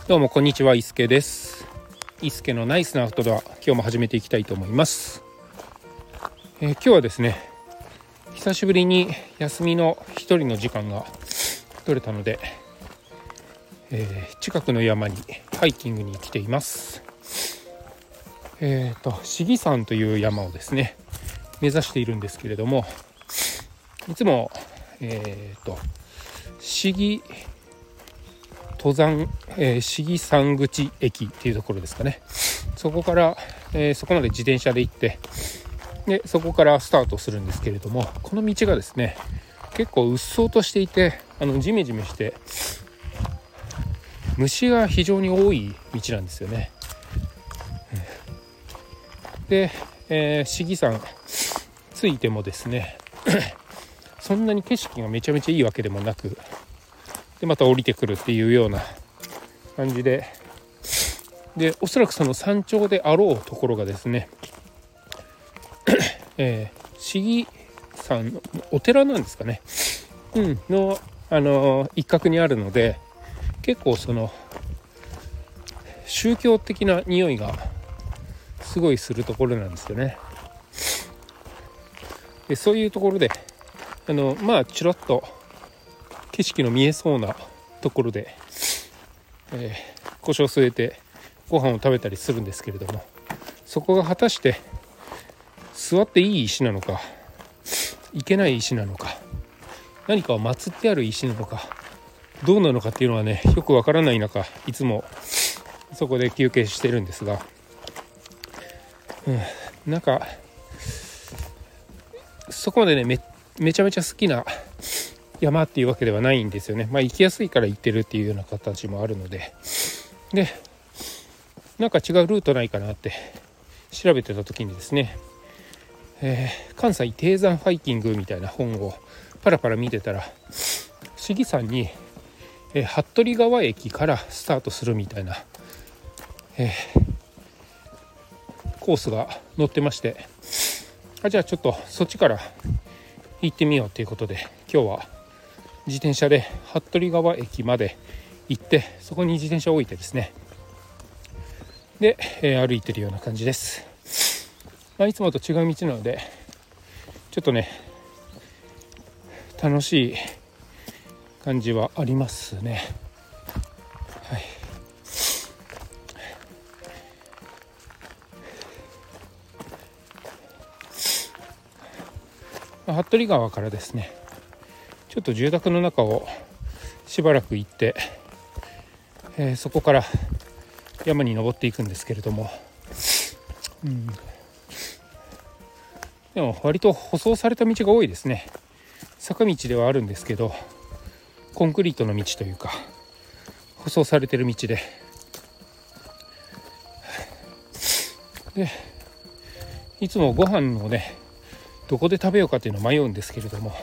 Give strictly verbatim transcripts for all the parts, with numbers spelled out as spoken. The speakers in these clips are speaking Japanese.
どうもこんにちは、いすけです。いすけのナイスなアウトドア、今日も始めていきたいと思います。えー、今日はですね、久しぶりに休みの一人の時間が取れたので、えー、近くの山にハイキングに来ています。えーと信貴山という山をですね目指しているんですけれども、いつもえーと信貴登山、えー、信貴山口駅っていうところですかね。そこから、えー、そこまで自転車で行って、でそこからスタートするんですけれども、この道がですね結構うっそうとしていて、あのジメジメして虫が非常に多い道なんですよね。で、えー、信貴山ついてもですねそんなに景色がめちゃめちゃいいわけでもなく、でまた降りてくるっていうような感じで、でおそらくその山頂であろうところがですね、えー、信貴山のお寺なんですかね、うん、の、あのー、一角にあるので、結構その宗教的な匂いがすごいするところなんですよね。でそういうところであのまあちらっと景色の見えそうなところで、えー、腰を据えてご飯を食べたりするんですけれども、そこが果たして座っていい石なのかいけない石なのか、何かを祀ってある石なのかどうなのかっていうのはねよくわからない中、いつもそこで休憩してるんですが、うん、なんかそこまでね め, めちゃめちゃ好きな山っていうわけではないんですよね。まあ行きやすいから行ってるっていうような形もあるので、でなんか違うルートないかなって調べてた時にですね、えー、関西低山ハイキングみたいな本をパラパラ見てたら、信貴山に、えー、服部川駅からスタートするみたいな、えー、コースが載ってまして、あじゃあちょっとそっちから行ってみようということで、今日は自転車で服部川駅まで行って、そこに自転車を置いてですね、で、えー、歩いてるような感じです。まあ、いつもと違う道なのでちょっとね楽しい感じはありますね。はい。服部川からですねちょっと住宅の中をしばらく行って、えー、そこから山に登っていくんですけれども、うん、でも割と舗装された道が多いですね。坂道ではあるんですけどコンクリートの道というか舗装されてる道で、でいつもご飯をねどこで食べようかっていうのを迷うんですけれども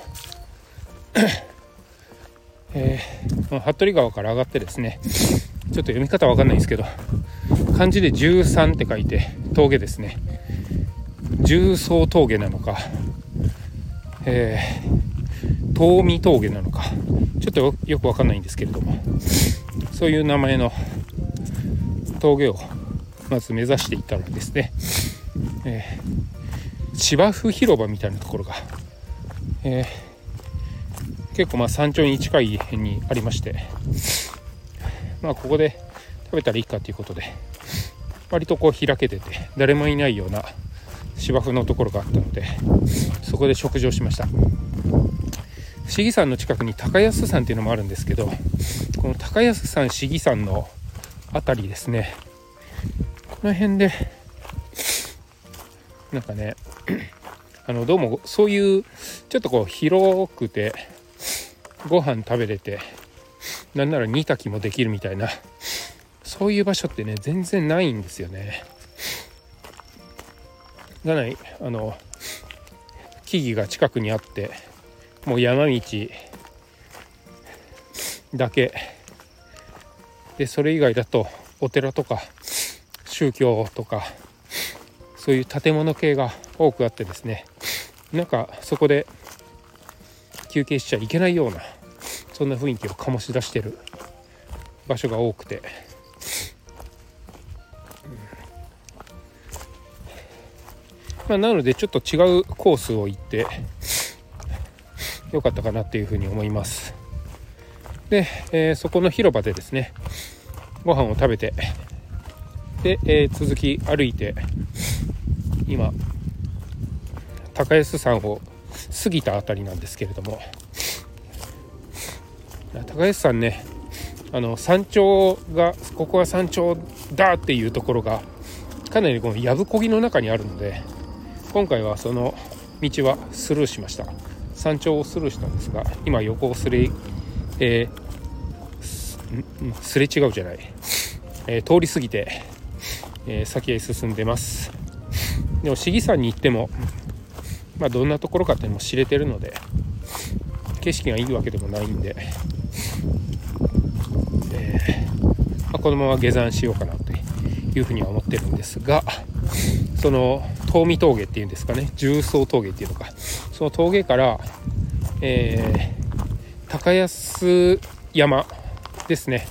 えー、服部川から上がってですね、ちょっと読み方わかんないんですけど、漢字で十三って書いて峠ですね。十三峠なのか、えー、東海峠なのか、ちょっと よ, よくわかんないんですけれども、そういう名前の峠をまず目指していったらですね、えー、芝生広場みたいなところが、えー結構まあ山頂に近い辺にありまして、まあここで食べたらいいかということで、割とこう開けてて誰もいないような芝生のところがあったので、そこで食事をしました。信貴山の近くに高安山っていうのもあるんですけど、この高安山信貴山のあたりですね、この辺でなんかねあのどうもそういうちょっとこう広くてご飯食べれて、なんなら煮炊きもできるみたいな、そういう場所ってね全然ないんですよね。がない、あの木々が近くにあって、もう山道だけで、それ以外だとお寺とか宗教とかそういう建物系が多くあってですね、なんかそこで休憩しちゃいけないような、そんな雰囲気を醸し出してる場所が多くて、 まあ、なのでちょっと違うコースを行ってよかったかなっていうふうに思います。で、えー、そこの広場でですねご飯を食べてで、えー、続き歩いて今高安山を過ぎたあたりなんですけれども、高安山ね、あの山頂がここが山頂だっていうところがかなりこのやぶこぎの中にあるので、今回はその道はスルーしました。山頂をスルーしたんですが、今横をすれ、えー、す, すれ違うじゃない、えー、通り過ぎて、えー、先へ進んでます。でも市議山に行っても、まあ、どんなところかっていうのも知れてるので景色がいいわけでもないんで、えーまあ、このまま下山しようかなというふうには思ってるんですが、その東御峠っていうんですかね、重曹峠っていうのか、その峠から、えー、高安山ですね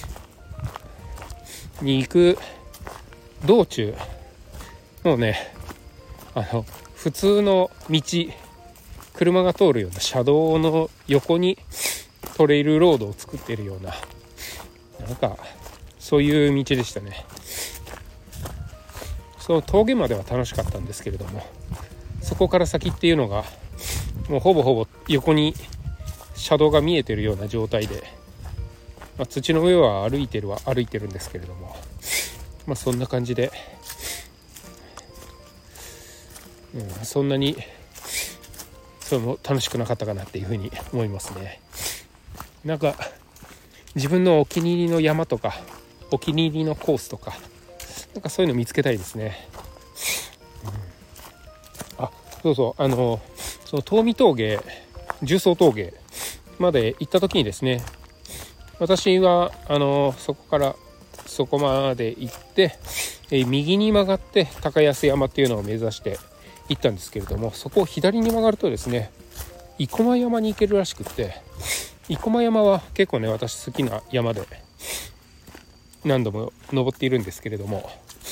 に行く道中、もうね、あの普通の道、車が通るような車道の横にトレイルロードを作っているような、なんかそういう道でしたね。その峠までは楽しかったんですけれども、そこから先っていうのがもうほぼほぼ横に車道が見えてるような状態で、まあ、土の上は歩いてるは歩いてるんですけれども、まあそんな感じで、うん、そんなにそれも楽しくなかったかなっていうふうに思いますね。なんか自分のお気に入りの山とかお気に入りのコースとか、なんかそういうの見つけたいですね。うん、あ、そうそう、あのその東御峠、重曹峠まで行った時にですね、私はあのそこからそこまで行って、え右に曲がって高安山っていうのを目指して行ったんですけれども、そこを左に曲がるとですね、生駒山に行けるらしくって、生駒山は結構ね私好きな山で何度も登っているんですけれども、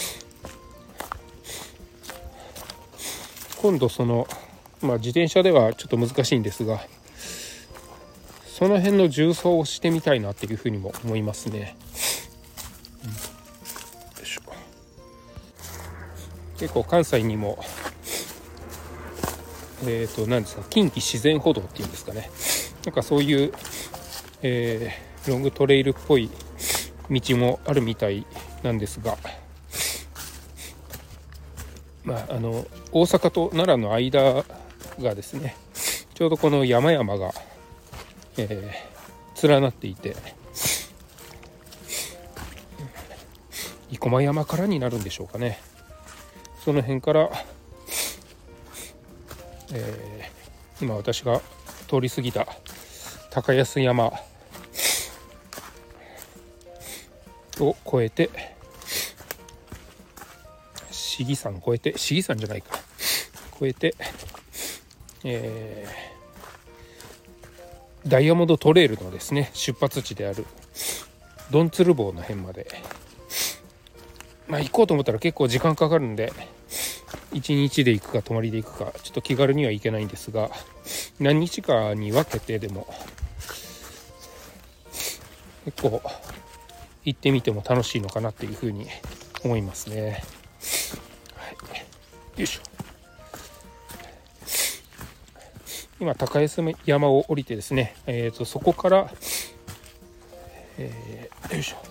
今度その、まあ、自転車ではちょっと難しいんですが、その辺の縦走をしてみたいなっていうふうにも思いますね。うん、よいしょ。結構関西にもえーと何ですか、近畿自然歩道っていうんですかね、なんかそういう、えー、ロングトレイルっぽい道もあるみたいなんですが、まあ、あの大阪と奈良の間がですね、ちょうどこの山々が、えー、連なっていて、生駒山からになるんでしょうかね。その辺から、えー、今私が通り過ぎた高安山を越えて、市議山越えて、市議山じゃないか越えて、えー、ダイヤモンドトレイルのですね出発地であるドンツル坊の辺まで、まあ行こうと思ったら結構時間かかるんで、いちにちで行くか泊まりで行くかちょっと気軽には行けないんですが、何日かに分けてでも結構行ってみても楽しいのかなっていうふうに思いますね。はい、よいしょ。今高安山を降りてですね、えーとそこから、えー、よいしょ、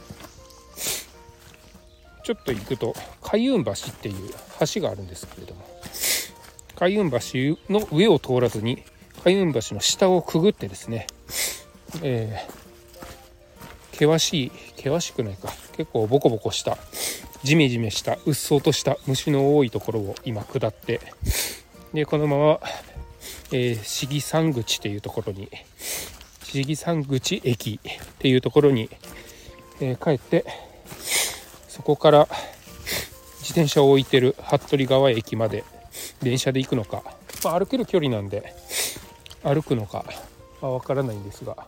ちょっと行くと海運橋っていう橋があるんですけれども、海運橋の上を通らずに海運橋の下をくぐってですね、えー、険しい険しくないか結構ボコボコしたジメジメしたうっそうとした虫の多いところを今下って、でこのまま、えー、市議山口っていうところに、市議山口駅っていうところに、えー、帰って、そこから自転車を置いてる服部川駅まで電車で行くのか、まあ、歩ける距離なんで歩くのかわ、まあ、からないんですが、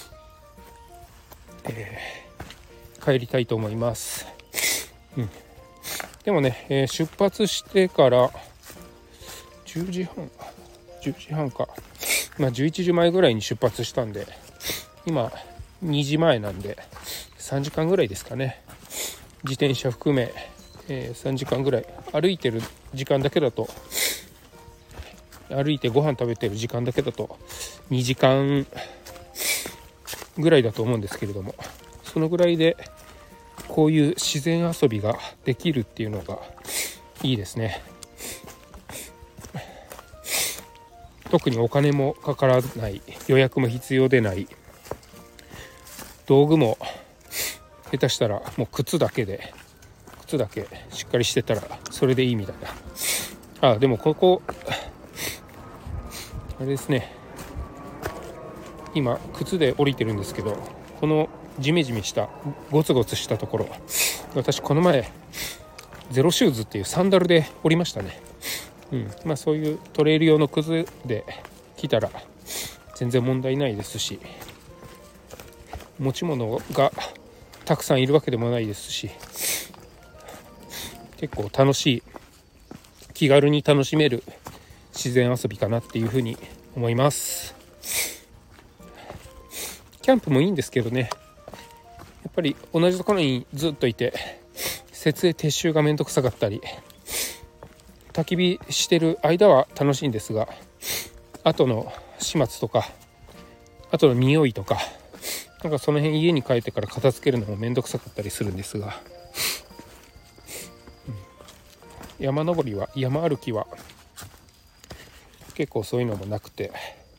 えー、帰りたいと思います。うん、でもね、えー、出発してからじゅうじはんじゅうじはんか、まあ、じゅういちじまえぐらいに出発したんで、今にじまえなんでさんじかんぐらいですかね。自転車含め、えー、さんじかんぐらい、歩いてる時間だけだと歩いてご飯食べてる時間だけだとにじかんぐらいだと思うんですけれども、そのぐらいでこういう自然遊びができるっていうのがいいですね。特にお金もかからない、予約も必要でない、道具も下手したらもう靴だけで靴だけしっかりしてたらそれでいいみたいな。あ、でもここあれですね、今靴で降りてるんですけど、このジメジメしたゴツゴツしたところ、私この前ゼロシューズっていうサンダルで降りましたね。うん、まあそういうトレイル用の靴で来たら全然問題ないですし、持ち物がたくさんいるわけでもないですし、結構楽しい、気軽に楽しめる自然遊びかなっていうふうに思います。キャンプもいいんですけどね、やっぱり同じところにずっといて設営撤収がめんどくさかったり、焚き火してる間は楽しいんですが、後の始末とか後の匂いとか、なんかその辺家に帰ってから片付けるのもめんどくさかったりするんですが、うん、山登りは山歩きは結構そういうのもなくて、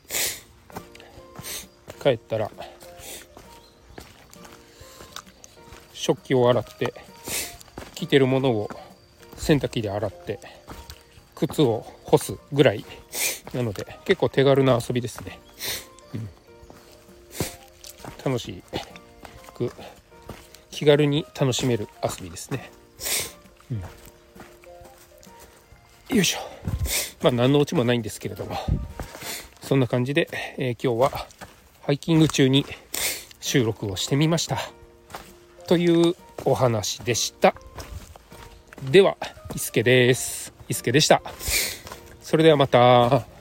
帰ったら食器を洗って着てるものを洗濯機で洗って靴を干すぐらいなので、結構手軽な遊びですね。うん、楽しく気軽に楽しめる遊びですね。うん、よいしょ。まあ何のオチもないんですけれども、そんな感じで、えー、今日はハイキング中に収録をしてみましたというお話でした。では、伊助です。伊助でした。それではまた。